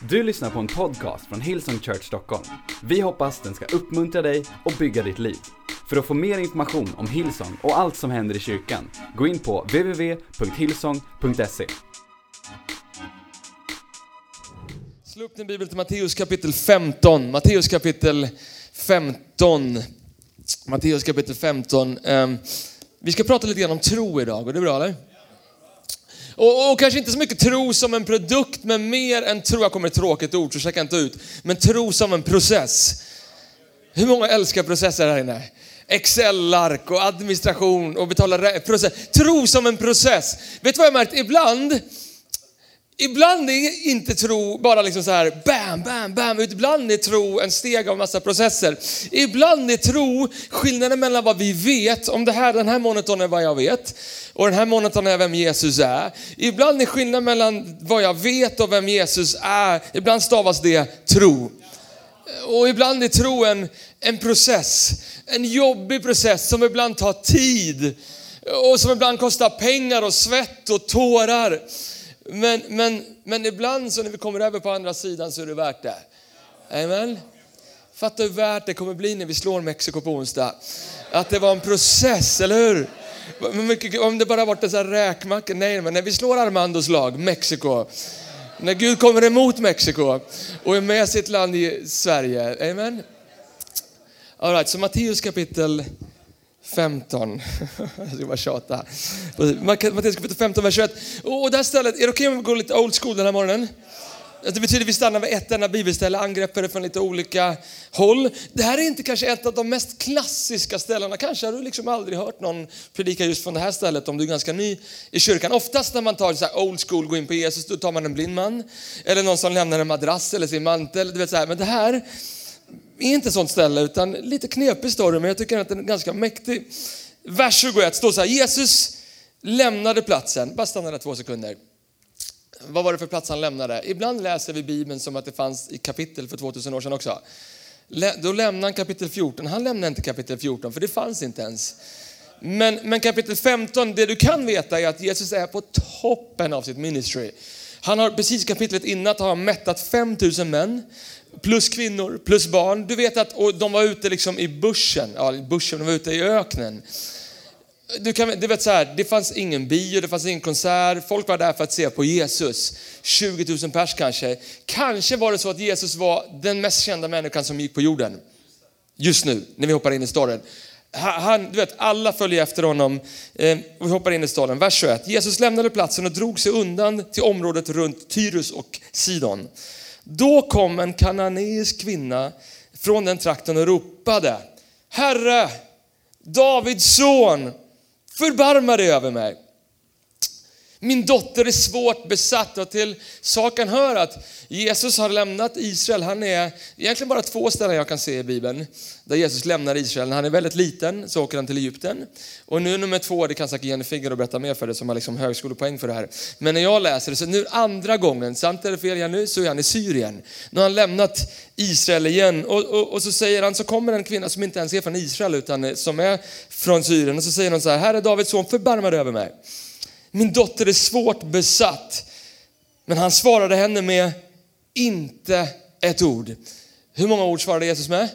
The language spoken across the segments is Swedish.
Du lyssnar på en podcast från Hillsong Church Stockholm. Vi hoppas den ska uppmuntra dig och bygga ditt liv. För att få mer information om Hillsong och allt som händer i kyrkan, gå in på www.hillsong.se. Slå upp din bibel till Matteus kapitel 15. Matteus kapitel 15. Matteus kapitel 15. Vi ska prata lite grann om tro idag, och det är bra, eller? Och kanske inte så mycket tro som en produkt, men mer än tro. Jag kommer ett tråkigt ord, så checka inte ut. Men tro som en process. Hur många älskar processer här inne? Excel-ark och administration och betala process. Tro som en process. Vet du vad jag märkt? Ibland är inte tro bara liksom så här bam, bam, bam. Ibland är tro en steg av massa processer. Ibland är tro skillnaden mellan vad vi vet. Om den här monoton är vad jag vet. Och den här monoton är vem Jesus är. Ibland är skillnaden mellan vad jag vet och vem Jesus är. Ibland stavas det tro. Och ibland är tro en process. En jobbig process som ibland tar tid. Och som ibland kostar pengar och svett och tårar. Men ibland så när vi kommer över på andra sidan så är det värt det. Amen. Fatta hur värt det kommer bli när vi slår Mexiko på onsdag. Att det var en process, eller hur? Om det bara varit en sån här räkmacka. Nej, men när vi slår Armandos lag, Mexiko. När Gud kommer emot Mexiko och är med sitt land i Sverige. Amen. All right, så Matteus kapitel 15. Jag ska bara tjata. Matteus kapitel 15, vers 21. Och där stället, är det okej om vi går lite old school den här morgonen? Det betyder att vi stannar vid ett enda bibelställe, angreppare från lite olika håll. Det här är inte kanske ett av de mest klassiska ställena. Kanske har du liksom aldrig hört någon predika just från det här stället om du är ganska ny i kyrkan. Oftast när man tar så här old school, går in på Jesus, då tar man en blind man. Eller någon som lämnar en madrass eller sin mantel. Du vet så här. Men det här är inte sånt ställe, utan lite knepig story, men jag tycker att den är ganska mäktig. Vers 21 står så här: Jesus lämnade platsen. Bara stanna där 2 sekunder. Vad var det för plats han lämnade? Ibland läser vi Bibeln som att det fanns i kapitel för 2000 år sedan också. Då lämnade han kapitel 14. Han lämnade inte kapitel 14, för det fanns inte ens. Men kapitel 15, det du kan veta är att Jesus är på toppen av sitt ministry. Han har precis kapitlet innan har mättat 5000 män. Plus kvinnor, plus barn. Du vet att och de var ute liksom i bushen. Ja, de var ute i öknen. Du vet så här, det fanns ingen bio, det fanns ingen konsert. Folk var där för att se på Jesus. 20 000 pers kanske. Kanske var det så att Jesus var den mest kända människan som gick på jorden. Just nu, när vi hoppar in i storyn. Du vet, alla följer efter honom. Och vi hoppar in i storyn. Vers 21. Jesus lämnade platsen och drog sig undan till området runt Tyrus och Sidon. Då kom en kananeisk kvinna från den trakten och ropade: Herre, Davids son, förbarma dig över mig. Min dotter är svårt besatt. Och till saken hör att Jesus har lämnat Israel. Han är egentligen bara 2 ställen jag kan se i Bibeln där Jesus lämnar Israel. När han är väldigt liten så åker han till Egypten. Och nu nummer 2, det kan säkert Jenny Figger och berätta mer för det som har liksom högskolepoäng för det här. Men när jag läser det så nu andra gången, sant eller fel nu, så är han i Syrien. Nu har han lämnat Israel igen. Och så säger han, så kommer en kvinna som inte ens är från Israel utan som är från Syrien. Och så säger hon så här: Herre Davids son, förbarma dig över mig. Min dotter är svårt besatt. Men han svarade henne med inte ett ord. Hur många ord svarade Jesus med?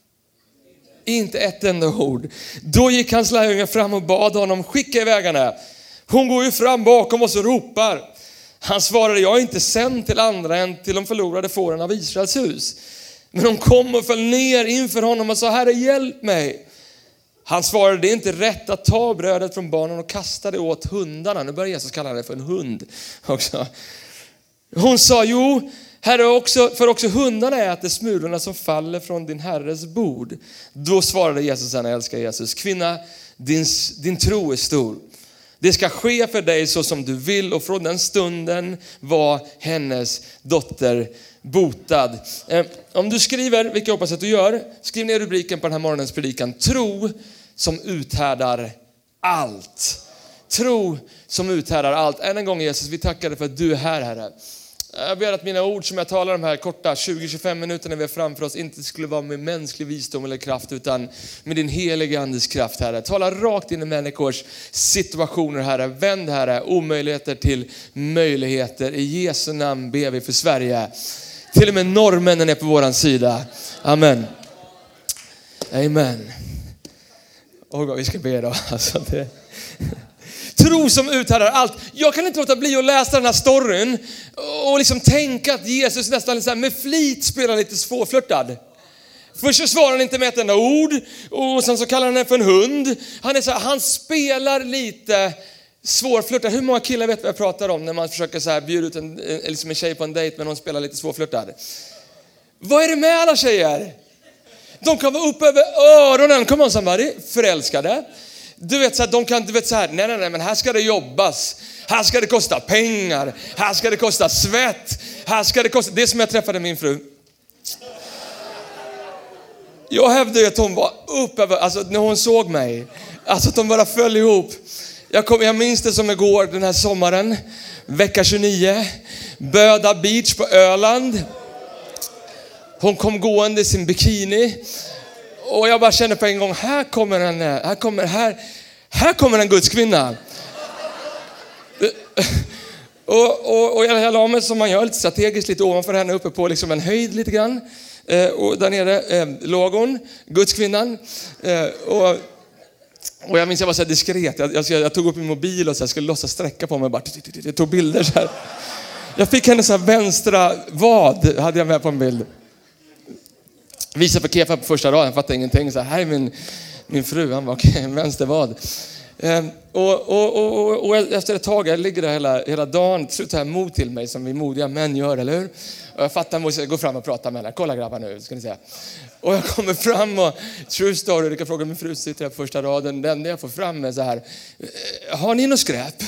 Inte ett enda ord. Då gick hans lärjungar fram och bad honom: skicka iväg henne. Hon går ju fram bakom oss och ropar. Han svarade: jag är inte sänd till andra än till de förlorade fåren av Israels hus. Men hon kom och föll ner inför honom och sa: Herre, hjälp mig. Han svarade: det är inte rätt att ta brödet från barnen och kasta det åt hundarna. Nu börjar Jesus kalla det för en hund också. Hon sa: jo, Herre, också hundarna äter smulorna som faller från din herres bord. Då svarade Jesus henne: älskar Jesus, kvinna, din tro är stor. Det ska ske för dig så som du vill. Och från den stunden var hennes dotter botad. Om du skriver, vilket jag hoppas att du gör, skriv ner rubriken på den här morgonens predikan: tro som uthärdar allt. Tro som uthärdar allt. Än en gång Jesus, vi tackar dig för att du är här, Herre. Jag ber att mina ord som jag talar om här korta 20-25 minuterna vi har framför oss inte skulle vara med mänsklig visdom eller kraft utan med din heliga andes kraft, Herre. Tala rakt in i människors situationer, Herre. Vänd, Herre, omöjligheter till möjligheter. I Jesu namn ber vi för Sverige. Till och med norrmännen är på våran sida. Amen. Amen. Vad vi ska be då. Alltså det... Tro som uthärdar allt. Jag kan inte låta bli att läsa den här storyn och liksom tänka att Jesus nästan så här med flit spelar lite svårflörtad. Först så svarar han inte med ett enda ord och sen så kallar han den för en hund. Han spelar lite svårflörtad. Hur många killar vet vad jag pratar om när man försöker så här bjuda ut en tjej på en dejt men hon spelar lite svårflörtad? Vad är det med alla tjejer? De kan vara upp över öronen. Come on somebody, förälskade. Du vet så här, de kan, du vet så här, nej, men här ska det jobbas. Här ska det kosta pengar. Här ska det kosta svett. Här ska det kosta, det som jag träffade min fru. Jag hävdade att hon var upp över, alltså när hon såg mig. Alltså att de bara föll ihop. Jag minns det som igår den här sommaren. Vecka 29. Böda Beach på Öland. Hon kom gående i sin bikini. Och jag bara kände på en gång, här kommer en Guds kvinna. och jag la mig som man gör lite strategiskt lite ovanför henne uppe på liksom en höjd lite grann. Och där nere låg hon, Guds kvinnan. Och jag minns jag var så här diskret. Jag tog upp min mobil och så här, skulle låtsas sträcka på mig. Jag tog bilder så här. Jag fick henne så här vänstra vad hade jag med på en bild. Visa för Kefa på första raden, fattade ingenting. Så här är min fru, han var okej, vänster vad. Och efter ett tag, jag ligger där hela dagen, så tar jag mod till mig som vi modiga män gör, eller hur? Och jag fattar, måste gå fram och prata med henne. Kolla grabbar nu, ska ni säga. Och jag kommer fram och, true story, du kan fråga min fru, sitter jag på första raden. Den jag får fram är så här, har ni något skräp?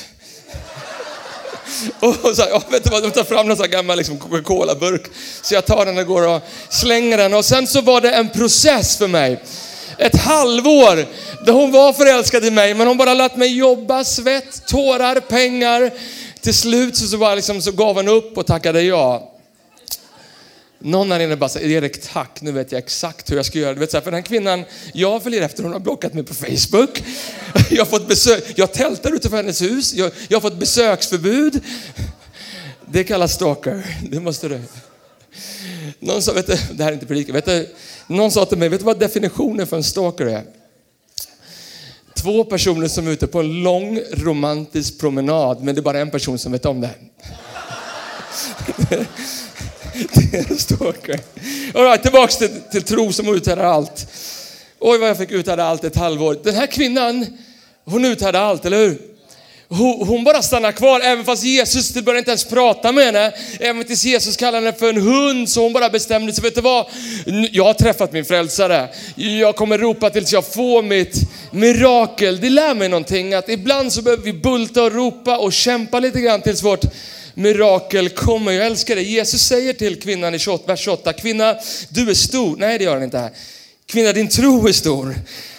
Och så här, jag vet inte vad, de tar fram någon sån här gammal liksom Coca-Cola-burk. Så jag tar den och går och slänger den. Och sen så var det en process för mig. Ett halvår där hon var förälskad i mig. Men hon bara lät mig jobba, svett, tårar, pengar. Till slut så bara liksom, så gav hon upp och tackade ja. Någon här inne bara säger, Erik tack, nu vet jag exakt hur jag ska göra. Du vet, så här, för den här kvinnan, jag följer efter, hon har blockat mig på Facebook. Jag har fått besök, jag tältar utanför hennes hus. Jag har fått besöksförbud. Det kallas stalker, det måste du. Någon sa, vet du, det här är inte predikan, vet du, någon sa till mig, vet du vad definitionen för en stalker är? 2 personer som är ute på en lång romantisk promenad, men det är bara en person som vet om det. Det är en stalker. All right, tillbaks till tro som uthärdar allt. Oj, vad jag fick uthärda allt ett halvår. Den här kvinnan, hon uthärdar allt, eller hur? Hon bara stannar kvar, även fast Jesus började inte ens prata med henne. Även tills Jesus kallade henne för en hund, så hon bara bestämde sig. Vet du vad? Jag har träffat min frälsare. Jag kommer ropa tills jag får mitt mirakel. Det lär mig någonting, att ibland så behöver vi bulta och ropa och kämpa lite grann tills vårt mirakel kommer. Jag älskar det. Jesus säger till kvinnan i vers 28. Kvinna, du är stor. Nej, det gör han inte här. Kvinna, din tro är stor.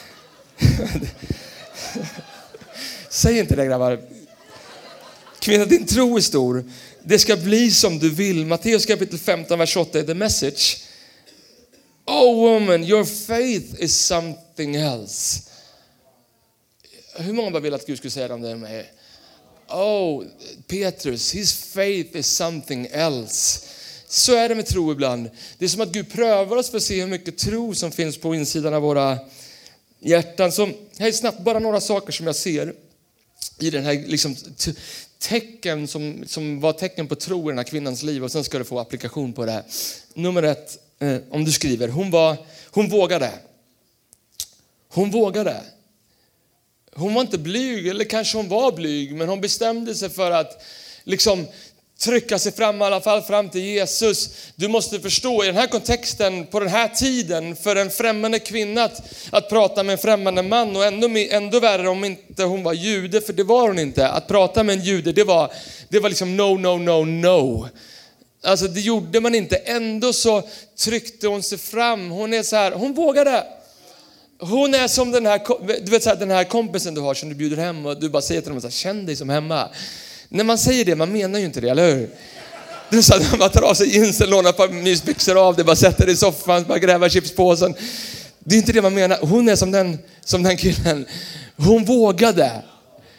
Säg inte det, grabbar. Kvinna, din tro är stor. Det ska bli som du vill. Matteus kapitel 15, vers 8 är the message. Oh woman, your faith is something else. Hur många bara vill att Gud skulle säga det om det med? Oh, Petrus, his faith is something else. Så är det med tro ibland. Det är som att Gud prövar oss för att se hur mycket tro som finns på insidan av våra hjärtan. Så här snabbt, bara några saker som jag ser i den här liksom, tecken som var tecken på tro i den här kvinnans liv. Och sen ska du få applikation på det här. Nummer 1, om du skriver, hon vågade. Hon vågade. Hon var inte blyg, eller kanske hon var blyg, men hon bestämde sig för att liksom trycka sig fram, i alla fall fram till Jesus. Du måste förstå, i den här kontexten, på den här tiden, för en främmande kvinna att prata med en främmande man, och ändå värre om inte hon var jude, för det var hon inte. Att prata med en jude, det var liksom no. Alltså det gjorde man inte. Ändå så tryckte hon sig fram. Hon är så här, hon vågade. Hon är som den här, du vet så här, den här kompisen du har som du bjuder hem och du bara säger till dem så här, känn dig som hemma. När man säger det, man menar ju inte det, eller hur? Du sa att man tar av sig jeansen, lånar ett par mysbyxor av det, bara sätter det i soffan, bara gräver chipspåsen. Det är inte det man menar. Hon är som den killen. Hon vågade.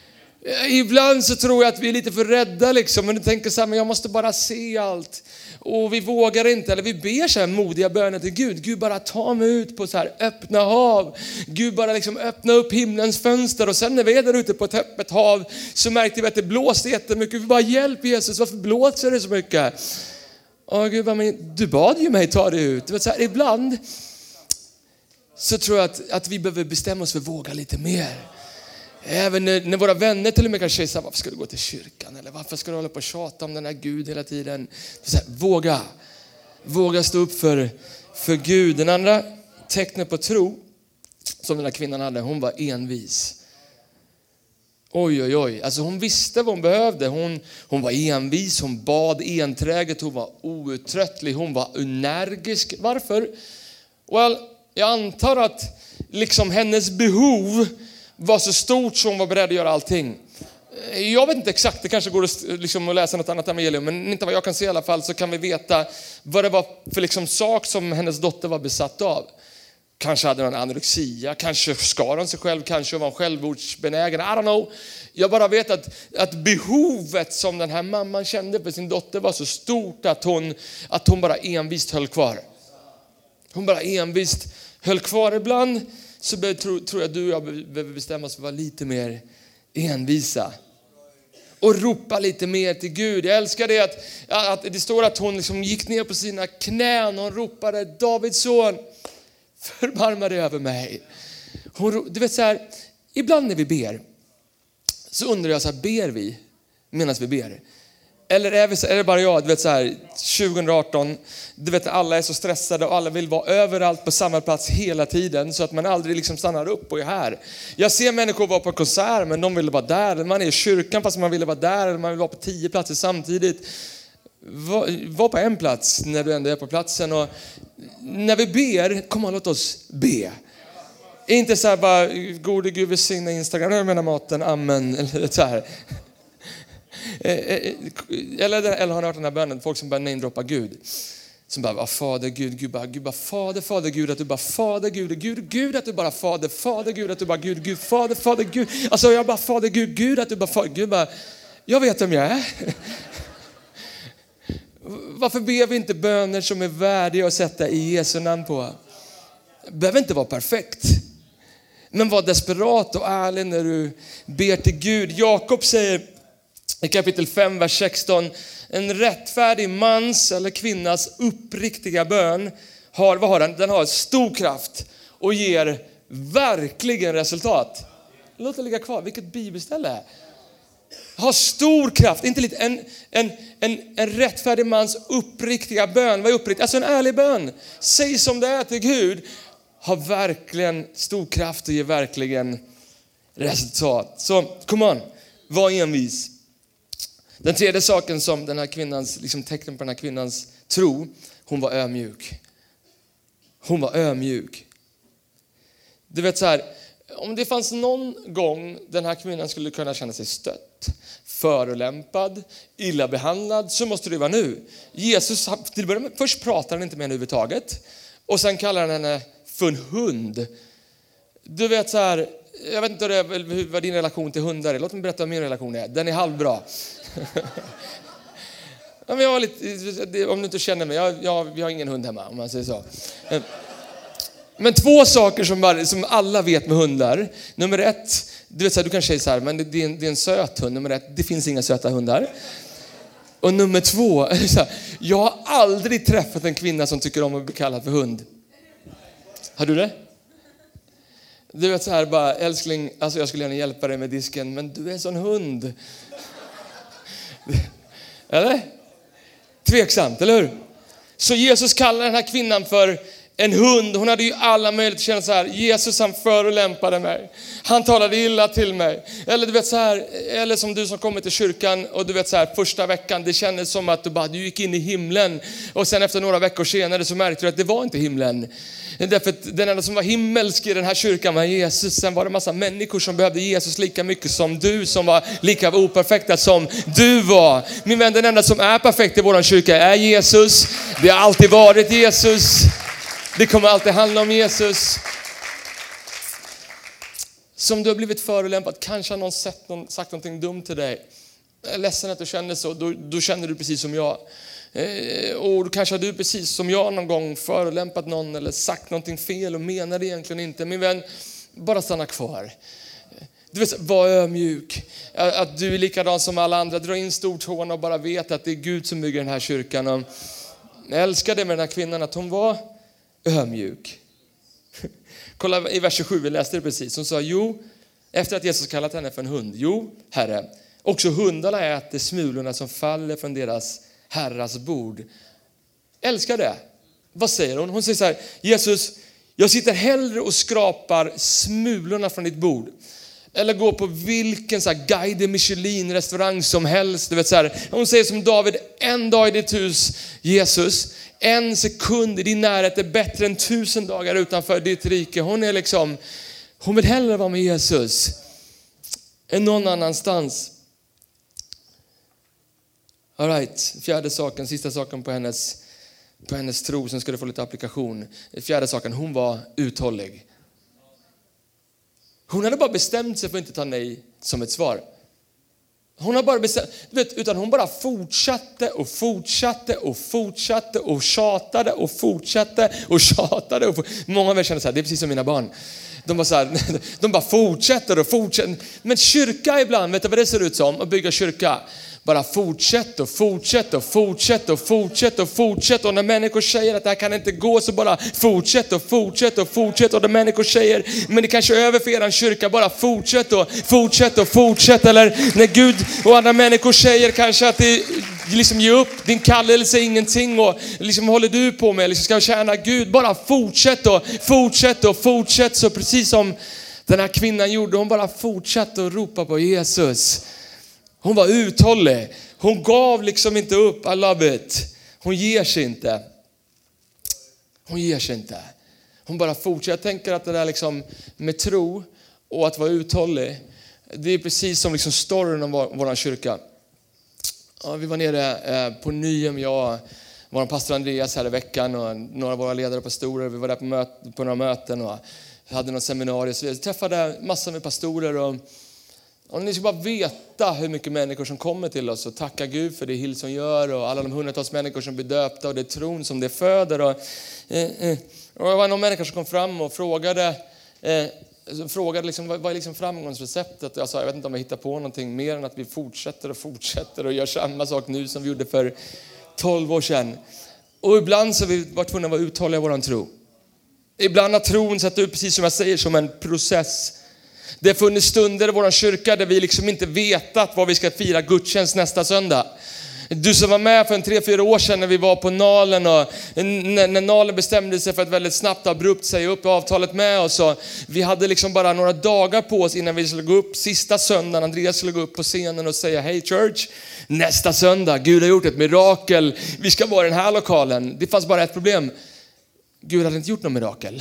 Ibland så tror jag att vi är lite för rädda liksom. Men du tänker så här, men jag måste bara se allt. Och vi vågar inte, eller vi ber så här modiga böner till Gud. Gud, bara ta mig ut på så här öppna hav. Gud, bara liksom öppna upp himlens fönster. Och sen när vi är där ute på ett öppet hav så märkte vi att det blåste jättemycket. Vi bara, hjälp Jesus, varför blåser det så mycket? Och Gud bara, men du bad ju mig ta dig ut. Du vet, så här, ibland så tror jag att vi behöver bestämma oss för att våga lite mer. Även när våra vänner till och med kanske säger, varför ska du gå till kyrkan? Eller varför ska du hålla på och tjata om den här Gud hela tiden? Så här, våga stå upp för Gud. Den andra tecknet på tro som den här kvinnan hade, hon var envis. Oj. Alltså hon visste vad hon behövde. Hon var envis, hon bad enträget, hon var outtröttlig, hon var energisk. Varför? Well, jag antar att liksom hennes behov var så stort som hon var beredd att göra allting. Jag vet inte exakt, det kanske går att läsa något annat evangelium, men inte vad jag kan se i alla fall så kan vi veta vad det var för liksom sak som hennes dotter var besatt av. Kanske hade hon anorexia, kanske skar hon sig själv, kanske var hon självmordsbenägen, I don't know. Jag bara vet att behovet som den här mamman kände för sin dotter var så stort att hon bara envist höll kvar. Hon bara envist höll kvar. Ibland så tror jag du och jag behöver bestämma oss för att vara lite mer envisa. Och ropa lite mer till Gud. Jag älskar det att det står att hon liksom gick ner på sina knän och hon ropade, Davids son, förbarma dig över mig. Du vet så här, ibland när vi ber så undrar jag så här, ber vi medan vi ber? Eller är det bara jag, du vet så här, 2018, du vet alla är så stressade och alla vill vara överallt på samma plats hela tiden så att man aldrig liksom stannar upp och är här. Jag ser människor vara på konsert men de vill vara där, man är i kyrkan fast man vill vara där, eller man vill vara på 10 platser samtidigt. Var på en plats när du ändå är på platsen, och när vi ber, kom on, låt oss be. Inte så här bara, gode Gud välsigna Instagram, jag menar maten, amen, eller så här. Eller har ni hört den här bönen, folk som bara namedroppar Gud, som bara, fader Gud, Gud bara fader Gud, att du bara fader Gud att du bara fader Gud, att du bara Gud fader Gud, alltså jag bara fader Gud att du bara fader Gud, bara, jag vet vem jag är. Varför ber vi inte böner som är värdiga att sätta i Jesu namn på? Behöver inte vara perfekt, men var desperat och ärlig när du ber till Gud. Jakob säger i kapitel 5, vers 16, en rättfärdig mans eller kvinnas uppriktiga bön har, vad har den? Den har stor kraft och ger verkligen resultat. Låt det ligga kvar, vilket bibelställe. Har stor kraft, inte lite, en rättfärdig mans uppriktiga bön. Vad är uppriktigt? Alltså en ärlig bön. Säg som det är till Gud. Har verkligen stor kraft och ger verkligen resultat. Så, come on, var envis. Den tredje saken som den här kvinnans, liksom tecknen på den här kvinnans tro, hon var ödmjuk. Hon var ödmjuk. Du vet så här, om det fanns någon gång den här kvinnan skulle kunna känna sig stött, förolämpad, illa behandlad, så måste det vara nu. Jesus, till att börja med, först pratar han inte med henne överhuvudtaget. Och sen kallar han henne för en hund. Du vet så här, jag vet inte vad din relation till hundar är. Låt mig berätta vad min relation är. Den är halvbra. Ja, men jag har lite, om du inte känner mig, jag har ingen hund hemma om man säger så. Men 2 saker som alla vet med hundar. Nummer 1, du vet så här, du kan säga så här, men det är en söt hund. Nummer 1, det finns inga söta hundar. Och nummer 2, så här, jag har aldrig träffat en kvinna som tycker om att bli kallad för hund. Har du det? Du vet så här bara, älskling, alltså jag skulle gärna hjälpa dig med disken, men du är en sån hund. Eller? Tveksamt, eller hur? Så Jesus kallar den här kvinnan för en hund. Hon hade ju alla möjligheter att känna så här, Jesus han förolämpade mig. Han talade illa till mig. Eller du vet så här, eller som du som kommer till kyrkan och du vet så här, första veckan det kändes som att du gick in i himlen. Och sen efter några veckor senare så märkte du att det var inte himlen. Därför att den enda som var himmelsk i den här kyrkan var Jesus. Sen var det en massa människor som behövde Jesus lika mycket som du, som var lika operfekta som du var. Min vän, den enda som är perfekt i våran kyrka är Jesus. Det har alltid varit Jesus. Det kommer alltid handla om Jesus. Som du har blivit förolämpad. Kanske har någon sagt någonting dumt till dig. Jag är ledsen att du känner så. Då känner du precis som jag. Och kanske har du precis som jag någon gång förolämpat någon eller sagt någonting fel och menar det egentligen inte. Min vän, bara stanna kvar. Du vet, var ödmjuk. Att du är likadan som alla andra. Dra in stortårna och bara vet att det är Gud som bygger den här kyrkan. Och jag älskade med den här kvinnan att hon var ödmjuk. Kolla i vers 27, vi läste det precis. Hon sa, efter att Jesus kallat henne för en hund. Herre, också hundarna äter smulorna som faller från deras herras bord. Älskar det. Vad säger hon? Hon säger så här, Jesus, jag sitter hellre och skrapar smulorna från ditt bord. Eller går på vilken så här Guide Michelin-restaurang som helst. Du vet, så här. Hon säger som David, en dag i ditt hus, Jesus. En sekund i din närhet är bättre än 1000 dagar utanför ditt rike. Hon vill hellre vara med Jesus än någon annanstans. All right, fjärde saken, sista saken på hennes tro. Sen ska du få lite applikation. Fjärde saken, hon var uthållig. Hon hade bara bestämt sig för att inte ta nej som ett svar. Hon har bara bestämt, utan hon bara fortsatte och fortsatte och fortsatte och tjatade och fortsatte och tjatade. Många av er känner så här, det är precis som mina barn. De bara så här, de bara fortsätter och fortsätter. Men kyrka ibland, vet du vad det ser ut som? Att bygga kyrka. Bara fortsätt och fortsätt och fortsätt och fortsätt och fortsätt. Och när människor säger att det här kan inte gå, så bara fortsätt och fortsätt och fortsätt. Och när människor säger, men det kanske är över för er kyrka, bara fortsätt och fortsätt och fortsätt. Eller när Gud och andra människor säger kanske att det liksom ge upp din kallelse, ingenting. Och liksom håller du på med, liksom ska tjäna Gud, bara fortsätt och fortsätt och fortsätt. Så precis som den här kvinnan gjorde, hon bara fortsatte att ropa på Jesus. Hon var uthållig. Hon gav liksom inte upp. I love it. Hon ger sig inte. Hon ger sig inte. Hon bara fortsätter. Jag tänker att det där liksom med tro och att vara uthållig, det är precis som liksom storyn om vår kyrka. Ja, vi var nere på Nyhem, jag, vår pastor Andreas här i veckan och några av våra ledare och pastorer. Vi var där på några möten och hade något seminarium. Så vi träffade massor med pastorer och ni ska bara veta hur mycket människor som kommer till oss och tacka Gud för det Hillsong gör och alla de hundratals människor som blir döpta och det är tron som det föder. Och det var någon människa som kom fram och frågade liksom, vad är liksom framgångsreceptet? Jag sa, jag vet inte om jag hittar på någonting mer än att vi fortsätter och gör samma sak nu som vi gjorde för 12 år sedan. Och ibland så har vi varit tvungna att vara uthålliga i våran tro. Ibland har tron sett ut precis som jag säger, som en process. Det har funnits stunder i vår kyrka där vi liksom inte vetat vad vi ska fira gudstjänst nästa söndag. Du som var med för 3-4 år sedan när vi var på Nalen och när Nalen bestämde sig för att väldigt snabbt abrupt säga upp avtalet med oss. Och vi hade liksom bara några dagar på oss innan vi skulle gå upp sista söndagen. Andreas skulle gå upp på scenen och säga, hej church, nästa söndag, Gud har gjort ett mirakel. Vi ska vara i den här lokalen. Det fanns bara ett problem. Gud hade inte gjort någon mirakel.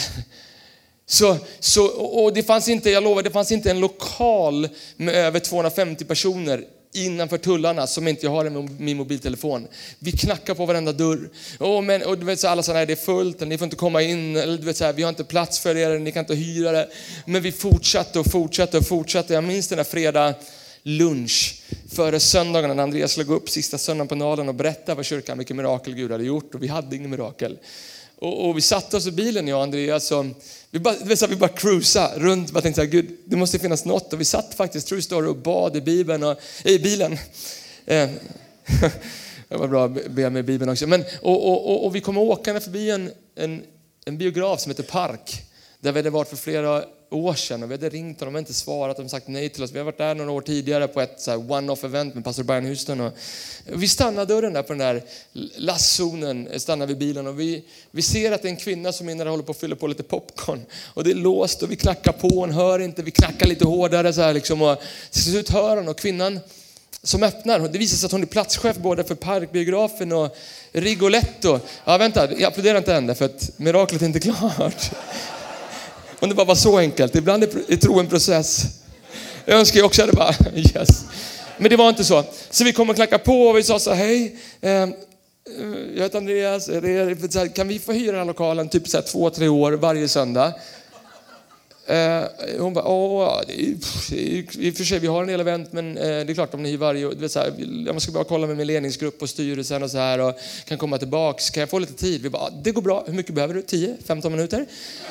Och det fanns inte, jag lovar, det fanns inte en lokal med över 250 personer innanför tullarna som inte jag har min mobiltelefon. Vi knackar på varenda dörr. Och du vet så alla sådana här, det är fullt, ni får inte komma in, eller du vet så här, vi har inte plats för er, ni kan inte hyra det. Men vi fortsatte. Jag minns den här fredag lunch före söndagen när Andreas skulle gå upp sista söndagen på Nalen och berätta vad kyrkan, vilken mirakel Gud hade gjort, och vi hade ingen mirakel. Och vi satte oss i bilen, jag och Andreas, och vi bara cruisa runt. Jag tänkte så här, Gud, det måste finnas något. Och vi satt faktiskt, true story, och bad i bilen. Det var bra att be med Bibeln också. Men, och vi kom åkande förbi en biograf som heter Park. Där vi hade varit för flera år sedan. Och vi hade ringt och de hade inte svarat. De hade sagt nej till oss. Vi har varit där några år tidigare på ett så här one-off event med pastor Brian Houston. Och vi stannade dörren där på den där lastzonen. Stannade vid bilen. Och vi ser att det är en kvinna som innan håller på att fylla på lite popcorn. Och det är låst och vi knackar på. Hon hör inte. Vi knackar lite hårdare så här liksom. Och till slut hör hon. Och kvinnan som öppnar. Det visar sig att hon är platschef både för Parkbiografen och Rigoletto. Ja, vänta. Jag applåderar inte henne för att miraklet är inte klart. Om det bara var så enkelt. Ibland är tro en process. Jag önskar ju också att det bara, yes. Men det var inte så. Så vi kom och knackade på och vi sa så här, hej. Jag heter Andreas. Kan vi få hyra den här lokalen typ så här 2-3 år varje söndag? Hon bara, i och för sig vi har en del event, men det är klart om ni varje, du vet, så här, jag ska bara kolla med min ledningsgrupp och styrelsen och så här och kan komma tillbaks, kan jag få lite tid? Vi bara, det går bra, hur mycket behöver du? 10-15 minuter?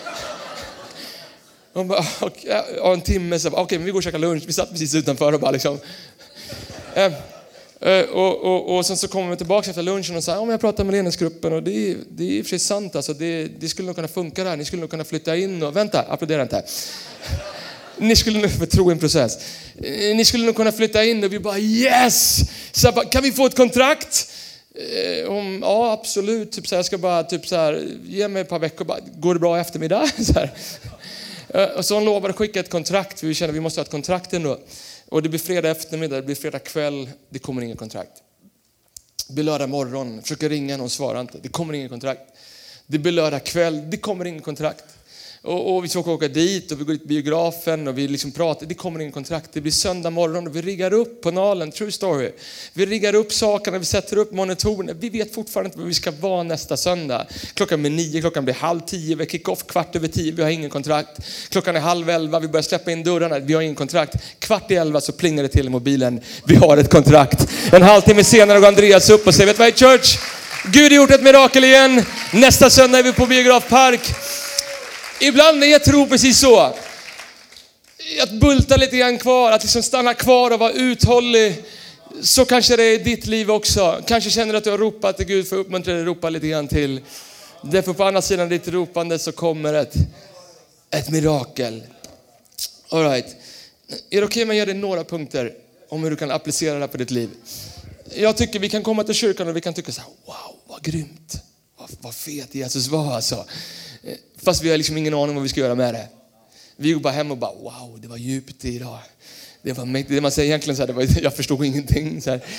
Hon bara, en timme, så okej, men vi går och käkar lunch, vi satt precis utanför och bara liksom och sen så kommer vi tillbaka efter lunchen och säger, om jag pratar med ledningsgruppen och det är i och för sig sant, alltså det skulle nog kunna funka där, ni skulle nog kunna flytta in och vänta, applådera inte. Ni skulle nog få tro en process. Ni skulle nog kunna flytta in och vi bara yes! Så bara, kan vi få ett kontrakt? Ja, absolut. Typ så här, jag ska bara typ så här, ge mig ett par veckor, bara, går det bra eftermiddag? Så här. Och så hon lovade att skicka ett kontrakt, för vi kände att vi måste ha ett kontrakt ändå. Och det blir fredag eftermiddag, det blir fredag kväll, det kommer ingen kontrakt. Det blir lördag morgon, försöker ringa, någon svarar inte, det kommer ingen kontrakt. Det blir lördag kväll, det kommer ingen kontrakt. Och vi ska åka dit och vi går dit på biografen och vi liksom pratar, det kommer ingen kontrakt. Det blir söndag morgon och vi riggar upp på Nalen, true story. Vi riggar upp sakerna, vi sätter upp monitorerna. Vi vet fortfarande inte vad vi ska vara nästa söndag. Klockan blir 9, klockan blir 9:30, vi kick off 10:15, vi har ingen kontrakt. Klockan är 10:30, vi börjar släppa in dörrarna, vi har ingen kontrakt. 10:15 så plingar det till i mobilen, vi har ett kontrakt. En halvtimme senare går Andreas upp och säger, vet du vad, church? Gud har gjort ett mirakel igen. Nästa söndag är vi på biografpark. Ibland är jag tror precis så. Att bulta lite grann kvar, att liksom stanna kvar och vara uthållig. Så kanske det är ditt liv också. Kanske känner du att du har ropat till Gud för att uppmuntra dig att ropa lite grann till. Därför på andra sidan ditt ropande så kommer ett mirakel. All right. Är det okej om jag ger dig några punkter om hur du kan applicera det på ditt liv? Jag tycker vi kan komma till kyrkan och vi kan tycka så här, wow, vad grymt. Vad fet Jesus var alltså. Fast vi har liksom ingen aning vad vi ska göra med det. Vi går bara hem och bara, wow, det var djupt idag. Det var mäktigt. Det man säger egentligen så här, jag förstod ingenting.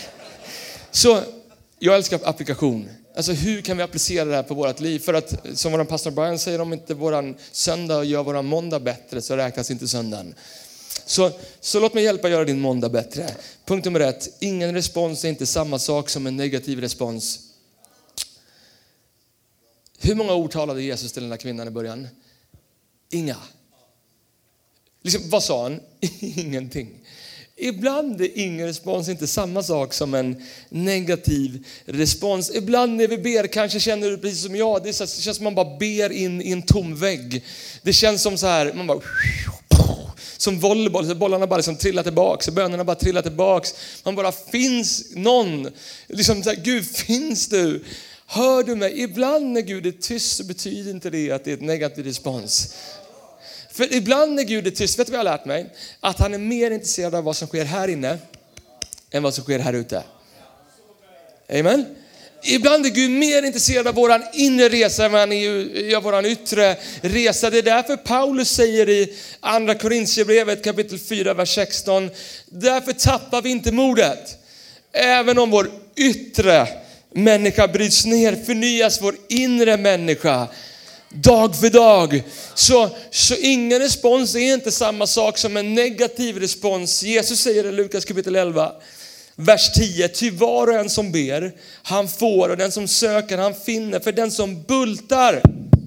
Så jag älskar applikation. Alltså hur kan vi applicera det här på vårt liv? För att som vår pastor Brian säger, om inte våran söndag gör våran måndag bättre så räknas inte söndagen. Så låt mig hjälpa göra din måndag bättre. Punkt nummer 1. Ingen respons är inte samma sak som en negativ respons. Hur många ord talade Jesus till den här kvinnan i början? Inga. Liksom, vad sa han? Ingenting. Ibland är ingen respons inte samma sak som en negativ respons. Ibland när vi ber kanske känner du precis som jag. Det känns som man bara ber in i en tom vägg. Det känns som så här, man bara... Som volleyboll, så bollarna bara liksom trillar tillbaks, bönerna bara trillar tillbaks. Man bara, finns någon? Liksom så här, Gud, finns du? Hör du mig? Ibland när Gud är tyst så betyder inte det att det är ett negativ respons. För ibland när Gud är tyst, vet du vad jag har lärt mig? Att han är mer intresserad av vad som sker här inne än vad som sker här ute. Amen? Ibland är Gud mer intresserad av våran inre resa än vad han är av våran yttre resa. Det är därför Paulus säger i andra Korintierbrevet kapitel 4, vers 16. Därför tappar vi inte modet. Även om vår yttre människa bryts ner, förnyas vår inre människa dag för dag. Så ingen respons är inte samma sak som en negativ respons. Jesus säger i Lukas kapitel 11, vers 10. Ty var och en som ber, han får, och den som söker, han finner. För den som bultar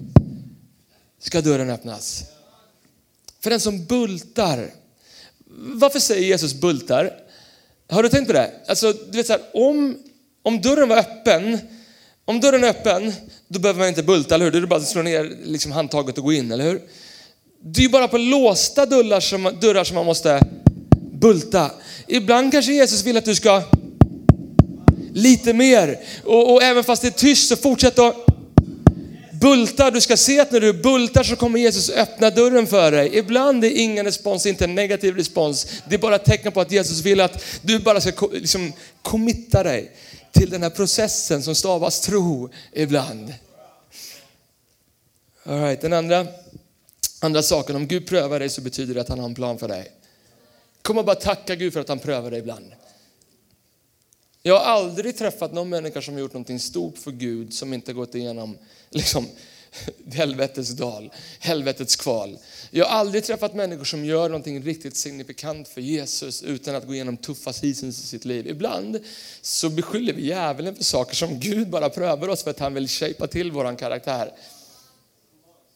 ska dörren öppnas. För den som bultar. Varför säger Jesus bultar? Har du tänkt på det? Alltså, du vet så här, om dörren var öppen, om dörren är öppen, då behöver man inte bulta, eller hur? Då är det bara att slå ner liksom handtaget och gå in, eller hur? Det är ju bara på låsta dörrar som man måste bulta. Ibland kanske Jesus vill att du ska lite mer. Och även fast det är tyst så fortsätt att bulta. Du ska se att när du bultar så kommer Jesus öppna dörren för dig. Ibland är ingen respons inte en negativ respons. Det är bara ett tecken på att Jesus vill att du bara ska liksom committa dig till den här processen som stavas tro ibland. All right, den andra saken, om Gud prövar dig så betyder det att han har en plan för dig. Kom och bara tacka Gud för att han prövar dig ibland. Jag har aldrig träffat någon människa som har gjort någonting stort för Gud som inte gått igenom liksom helvetets dal, helvetets kval. Jag har aldrig träffat människor som gör någonting riktigt signifikant för Jesus utan att gå igenom tuffa seasons i sitt liv. Ibland så beskyller vi djävulen för saker som Gud bara prövar oss för att han vill shapea till våran karaktär.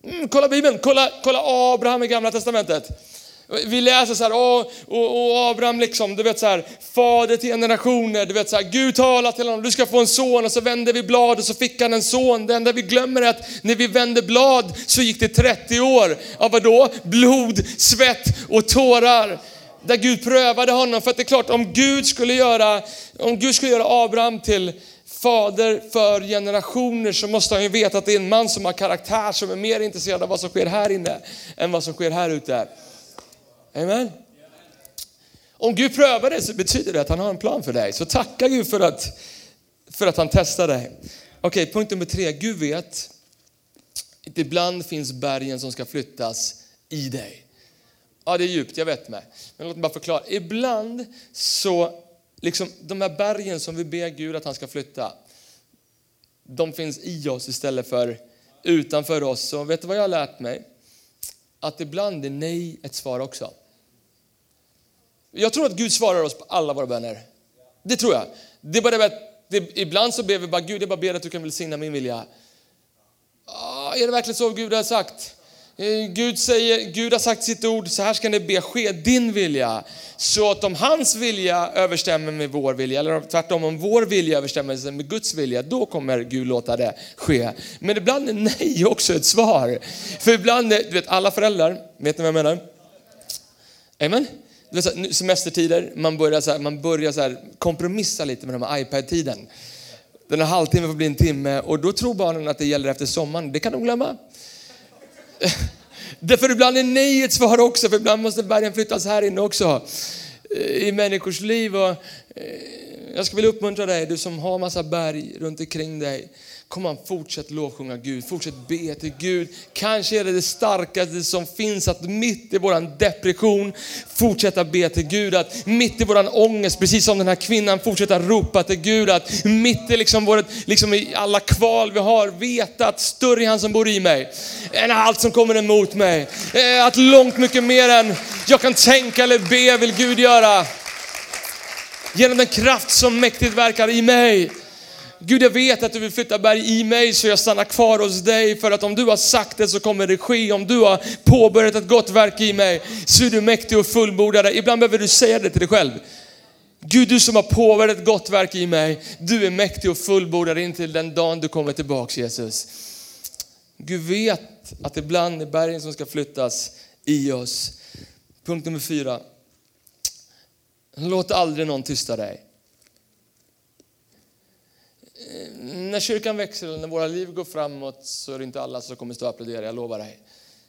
Kolla Bibeln, kolla Abraham i Gamla testamentet. Vi läser så här, och Abraham liksom, du vet så här, fader till generationer, du vet så här, Gud talar till honom, du ska få en son, och så vände vi blad och så fick han en son. Det enda vi glömmer är att när vi vände blad så gick det 30 år av vadå? Blod, svett och tårar. Där Gud prövade honom, för att det är klart, om Gud skulle göra Abraham till fader för generationer, så måste han ju veta att det är en man som har karaktär, som är mer intresserad av vad som sker här inne än vad som sker här ute. Amen. Om Gud prövar det så betyder det att han har en plan för dig. Så tacka Gud för att han testar dig. Okej, punkt nummer 3. Gud vet att ibland finns bergen som ska flyttas i dig. Ja, det är djupt, jag vet med. Men låt mig bara förklara. Ibland så, liksom de här bergen som vi ber Gud att han ska flytta, de finns i oss istället för utanför oss. Så vet du vad jag har lärt mig? Att ibland är nej ett svar också. Jag tror att Gud svarar oss på alla våra böner. Det tror jag. Det är bara det att ibland så ber vi bara, Gud, jag bara ber att du kan välsigna min vilja. Är det verkligen så Gud har sagt? Gud har sagt sitt ord, så här ska ni be, ske din vilja. Så att om hans vilja överstämmer med vår vilja, eller tvärtom om vår vilja överstämmer med Guds vilja, då kommer Gud låta det ske. Men ibland är nej också ett svar. För ibland är, du vet, alla föräldrar, vet ni vad jag menar? Amen? Du vet, semestertider, man börjar så här kompromissa lite med de här iPad-tiden. Den här halvtimme får bli en timme, och då tror barnen att det gäller efter sommaren. Det kan de glömma. Därför ibland är nej ett svar också, för ibland måste bergen flyttas här inne också i människors liv. Och jag skulle vilja uppmuntra dig, du som har massa berg runt omkring dig. Kom an, fortsätt lovsjunga Gud, fortsätt be till Gud. Kanske är det starkaste som finns att mitt i våran depression fortsätta be till Gud. Att mitt i våran ångest, precis som den här kvinnan, fortsätta ropa till Gud. Att mitt i liksom i alla kval vi har, veta att större är han som bor i mig än allt som kommer emot mig. Att långt mycket mer än jag kan tänka eller be vill Gud göra. Genom den kraft som mäktigt verkar i mig. Gud, jag vet att du vill flytta berg i mig, så jag stannar kvar hos dig. För att om du har sagt det så kommer det ske. Om du har påbörjat ett gott verk i mig, så är du mäktig och fullbordare. Ibland behöver du säga det till dig själv. Gud, du som har påbörjat ett gott verk i mig, du är mäktig och fullbordare in till den dagen du kommer tillbaka, Jesus. Gud vet att ibland är bergen som ska flyttas i oss. Punkt nummer 4. Låt aldrig någon tysta dig. När kyrkan växer eller när våra liv går framåt, så är det inte alla som kommer stå och applådera, jag lovar dig.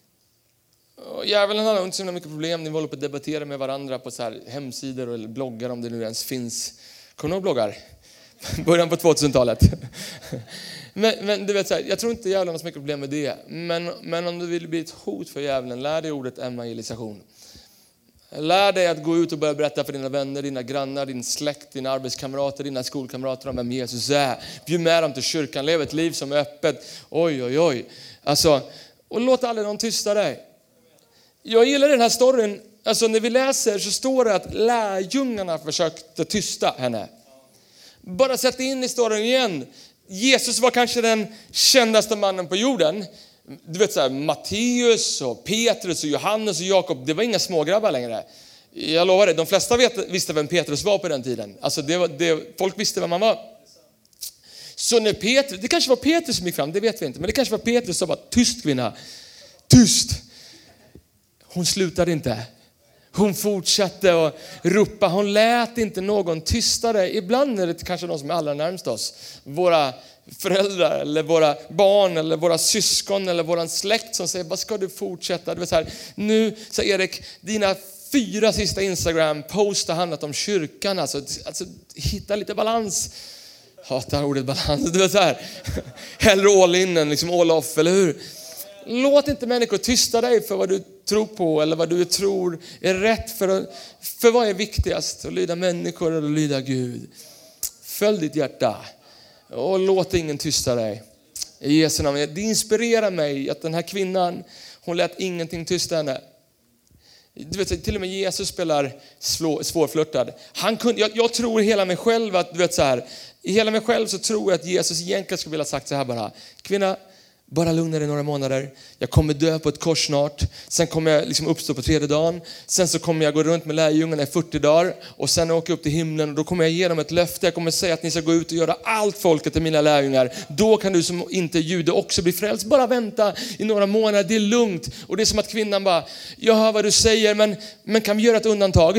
Och djävulen har inte så mycket problem. Ni håller på att debattera med varandra på så här hemsidor eller bloggar, om det nu ens finns. Kommer du ihåg bloggar? Början på 2000-talet. Men du vet så här, jag tror inte djävulen har så mycket problem med det. Men om du vill bli ett hot för djävulen, lär dig ordet evangelisation. Lär dig att gå ut och börja berätta för dina vänner, dina grannar, din släkt, dina arbetskamrater, dina skolkamrater om vem Jesus är. Bjud med dem till kyrkan, lev ett liv som är öppet. Oj. Alltså, och låt aldrig någon tysta dig. Jag gillar den här storyn. Alltså när vi läser så står det att lärjungarna försökte tysta henne. Bara sätt in i storyn igen. Jesus var kanske den kändaste mannen på jorden. Du vet så här, Matteus och Petrus och Johannes och Jakob, det var inga smågrabbar längre. Jag lovar det, de flesta visste vem Petrus var på den tiden. Alltså folk visste vem han var. Så när Petrus, det kanske var Petrus som gick fram, det vet vi inte. Men det kanske var Petrus som var tyst kvinna. Tyst! Hon slutade inte. Hon fortsatte att ropa. Hon lät inte någon tystare. Ibland är det kanske de som är allra närmast oss. Våra föräldrar eller våra barn eller våra syskon eller våran släkt som säger, vad ska du fortsätta? Du vet så här, nu så Erik, dina 4 sista Instagram-post har handlat om kyrkan. Alltså hitta lite balans. Hatar ordet balans. Du vet så här, hellre all in än liksom all off, eller hur? Låt inte människor tysta dig för vad du tror på eller vad du tror är rätt. För vad är viktigast? Att lyda människor eller lyda Gud? Följ ditt hjärta och låt ingen tysta dig. I Jesu namn. Det inspirerar mig att den här kvinnan, hon lät ingenting tysta henne. Du vet, till och med Jesus spelar svårflörtad. Jag tror i hela mig själv att, du vet så här, i hela mig själv så tror jag att Jesus egentligen skulle vilja sagt så här bara: kvinna, Bara lugna dig några månader. Jag kommer dö på ett kors snart. Sen kommer jag liksom uppstå på 3:e dagen. Sen så kommer jag gå runt med lärjungarna i 40 dagar. Och sen åka upp till himlen. Och då kommer jag ge dem ett löfte. Jag kommer säga att ni ska gå ut och göra allt folket till mina lärjungar. Då kan du som inte är jude också bli frälst. Bara vänta i några månader. Det är lugnt. Och det är som att kvinnan bara, jag hör vad du säger. Men kan vi göra ett undantag?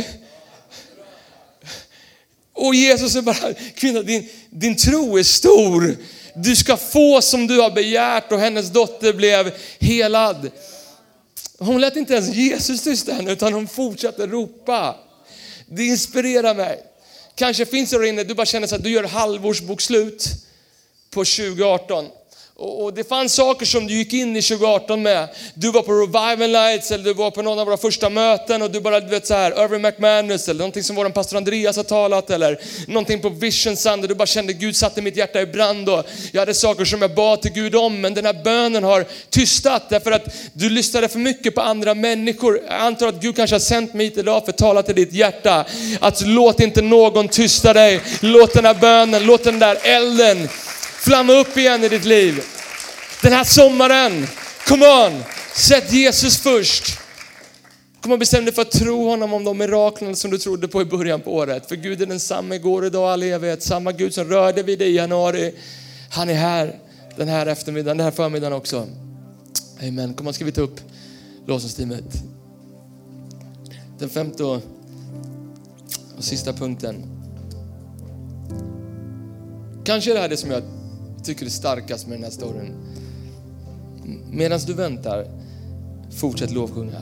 Och Jesus är bara, kvinna, din tro är stor. Du ska få som du har begärt. Och hennes dotter blev helad. Hon lät inte ens Jesus tysta henne, utan hon fortsatte ropa. Det inspirerar mig. Kanske finns det där inne, du bara känner så att du gör halvårsbokslut på 2018. Och det fanns saker som du gick in i 2018 med. Du var på Revival Nights eller du var på någon av våra första möten och du bara, du vet så här, Irving McManus eller någonting som vår pastor Andreas har talat eller någonting på Vision Sunday. Du bara kände Gud satte mitt hjärta i brand och jag hade saker som jag bad till Gud om, men den här bönen har tystat därför att du lyssnade för mycket på andra människor. Jag antar att Gud kanske har sänt mig hit idag för att tala till ditt hjärta. Att låt inte någon tysta dig. Låt den här bönen, låt den där elden flamma upp igen i ditt liv. Den här sommaren, come on, sätt Jesus först. Kom och bestäm dig för att tro honom om de miraklerna som du trodde på i början på året. För Gud är densamma igår, idag, all evighet. Samma Gud som rörde vid dig i januari. Han är här den här eftermiddagen, den här förmiddagen också. Amen. Kom on, ska vi ta upp lovsångsteamet. Den femte och sista punkten. Kanske är det här det som jag tycker är starkast med den här storyn. Medan du väntar, fortsätt lovsjunga.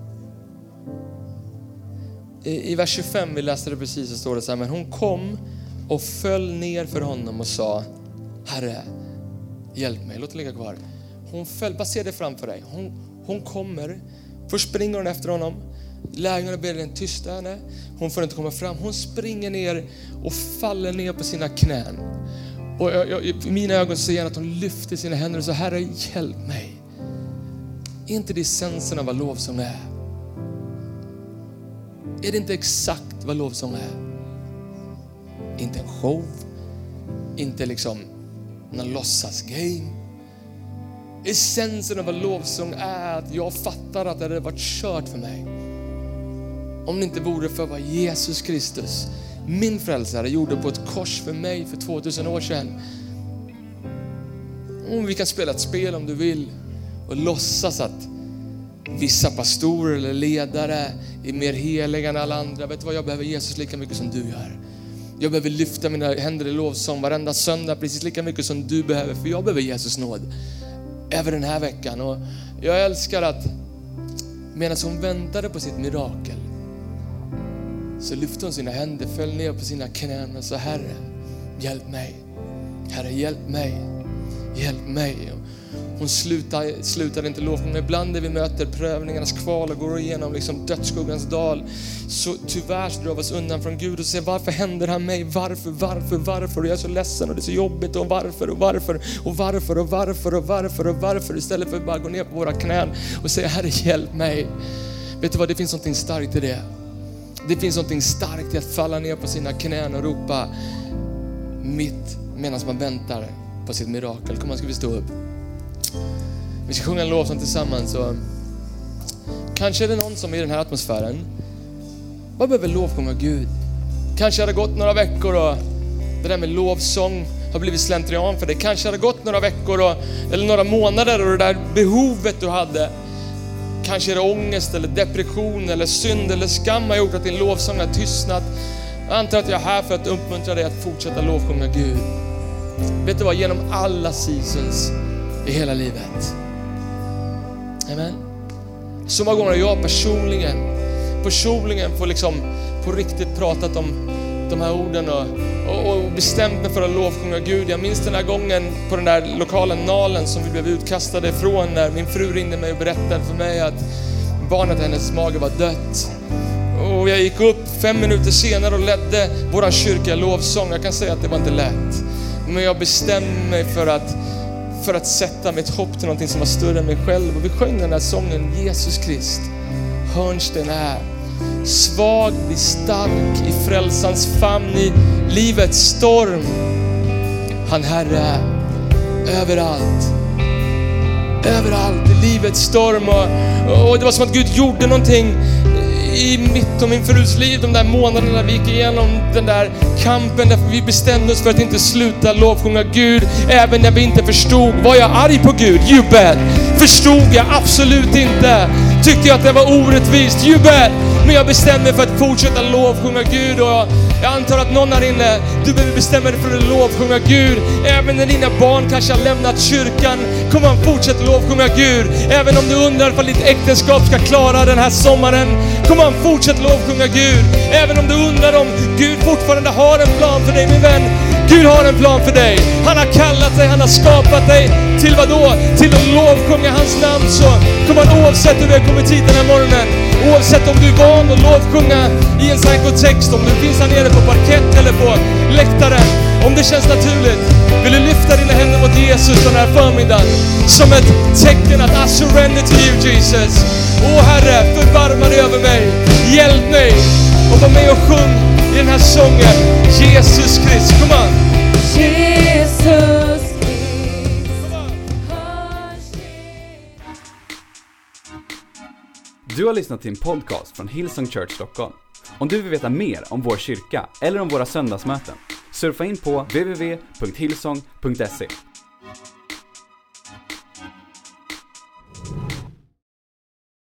I vers 25, vi läste det precis, så står det så här: men hon kom och föll ner för honom och sa, Herre, hjälp mig. Låt det ligga kvar. Hon föll, bara se det framför dig. Hon kommer, först springer hon efter honom. Lärjungarna ber den tysta henne. Hon får inte komma fram. Hon springer ner och faller ner på sina knän. Och i mina ögon ser jag att hon lyfter sina händer och så, Herre, hjälp mig. Är inte det essensen av vad lovsång är? Är det inte exakt vad lovsång är? Inte en show. Inte liksom någon låtsas-game. Essensen av vad lovsång är att jag fattar att det hade varit kört för mig. Om det inte vore för vad Jesus Kristus, min frälsare, gjorde på ett kors för mig för 2000 år sedan. Vi kan spela ett spel om du vill och låtsas att vissa pastorer eller ledare är mer heliga än alla andra. Vet du vad, jag behöver Jesus lika mycket som du gör. Jag behöver lyfta mina händer i lovsång varenda söndag precis lika mycket som du behöver. För jag behöver Jesus nåd även den här veckan. Och jag älskar att medan hon väntade på sitt mirakel så lyfte hon sina händer, föll ner på sina knän och sa, Herre, hjälp mig. Herre, hjälp mig. Hjälp mig. Hon slutade inte lovsjunga. Ibland när vi möter prövningarnas kval och går igenom liksom dödsskuggans dal, så tyvärr så drar vi oss undan från Gud och säger, varför händer han mig? Varför? Och jag är så ledsen och det är så jobbigt och varför? Istället för att bara gå ner på våra knän och säga, Herre, hjälp mig. Vet du vad, det finns någonting starkt i det. Det finns någonting starkt i att falla ner på sina knän och ropa mitt medan man väntar på sitt mirakel. Kom, ska vi stå upp. Vi ska sjunga en lovsång tillsammans. Och kanske är det någon som i den här atmosfären bara behöver lovsjunga Gud. Kanske har det gått några veckor och det där med lovsång har blivit slentrian för det. Kanske har det gått några veckor eller några månader och det där behovet du hade, kanske är det ångest eller depression eller synd eller skam har gjort att din lovsång har tystnat. Jag antar att jag är här för att uppmuntra dig att fortsätta lovsjunga Gud. Vet du vad? Genom alla seasons i hela livet. Amen. Så många gånger har jag personligen får liksom på riktigt pratat om de här orden och bestämt mig för att lovsjunga Gud. Jag minns den här gången på den där lokalen Nalen som vi blev utkastade ifrån, när min fru ringde mig och berättade för mig att barnet i hennes mage var dött. Och jag gick upp 5 minuter senare och ledde våran kyrka lovsång. Jag kan säga att det var inte lätt. Men jag bestämde mig för att sätta mitt hopp till någonting som var större än mig själv. Och vi sjöng den här sången, Jesus Krist, hörnsten är. Svag blir stark i frälsans famn i livets storm. Han Herre är överallt. överallt i livets storm. Och det var som att Gud gjorde någonting i mitt och min frus liv, de där månaderna vi gick igenom den där kampen, därför vi bestämde oss för att inte sluta lovsjunga Gud, även när vi inte förstod. Var jag arg på Gud? You bet. Förstod jag? Absolut inte. Tyckte jag att det var orättvist? You bet. Men jag bestämde mig för att fortsätta lovsjunga Gud, och jag antar att någon här inne, du behöver bestämma dig för att lovsjunga Gud. Även när dina barn kanske har lämnat kyrkan, kom man fortsätta lovsjunga Gud. Även om du undrar ifall ditt äktenskap ska klara den här sommaren, kom man fortsätta lovsjunga Gud. Även om du undrar om Gud fortfarande har en plan för dig, min vän. Gud har en plan för dig. Han har kallat dig, han har skapat dig till vad då? Till att lovsjunga hans namn. Så kom man, oavsett hur vi har kommit hit den här morgonen, oavsett om du är van att lovsjunga i en sankotext, om du finns här nere på parkett eller på läktaren, om det känns naturligt, vill du lyfta dina händer mot Jesus den här förmiddagen som ett tecken att I surrender to you, Jesus. Åh Herre, förbarma dig över mig, hjälp mig och var med och sjung i den här sången Jesus Krist. Kom on. Jesus. Du har lyssnat till en podcast från Hillsong Church Stockholm. Om du vill veta mer om vår kyrka eller om våra söndagsmöten, surfa in på www.hillsong.se.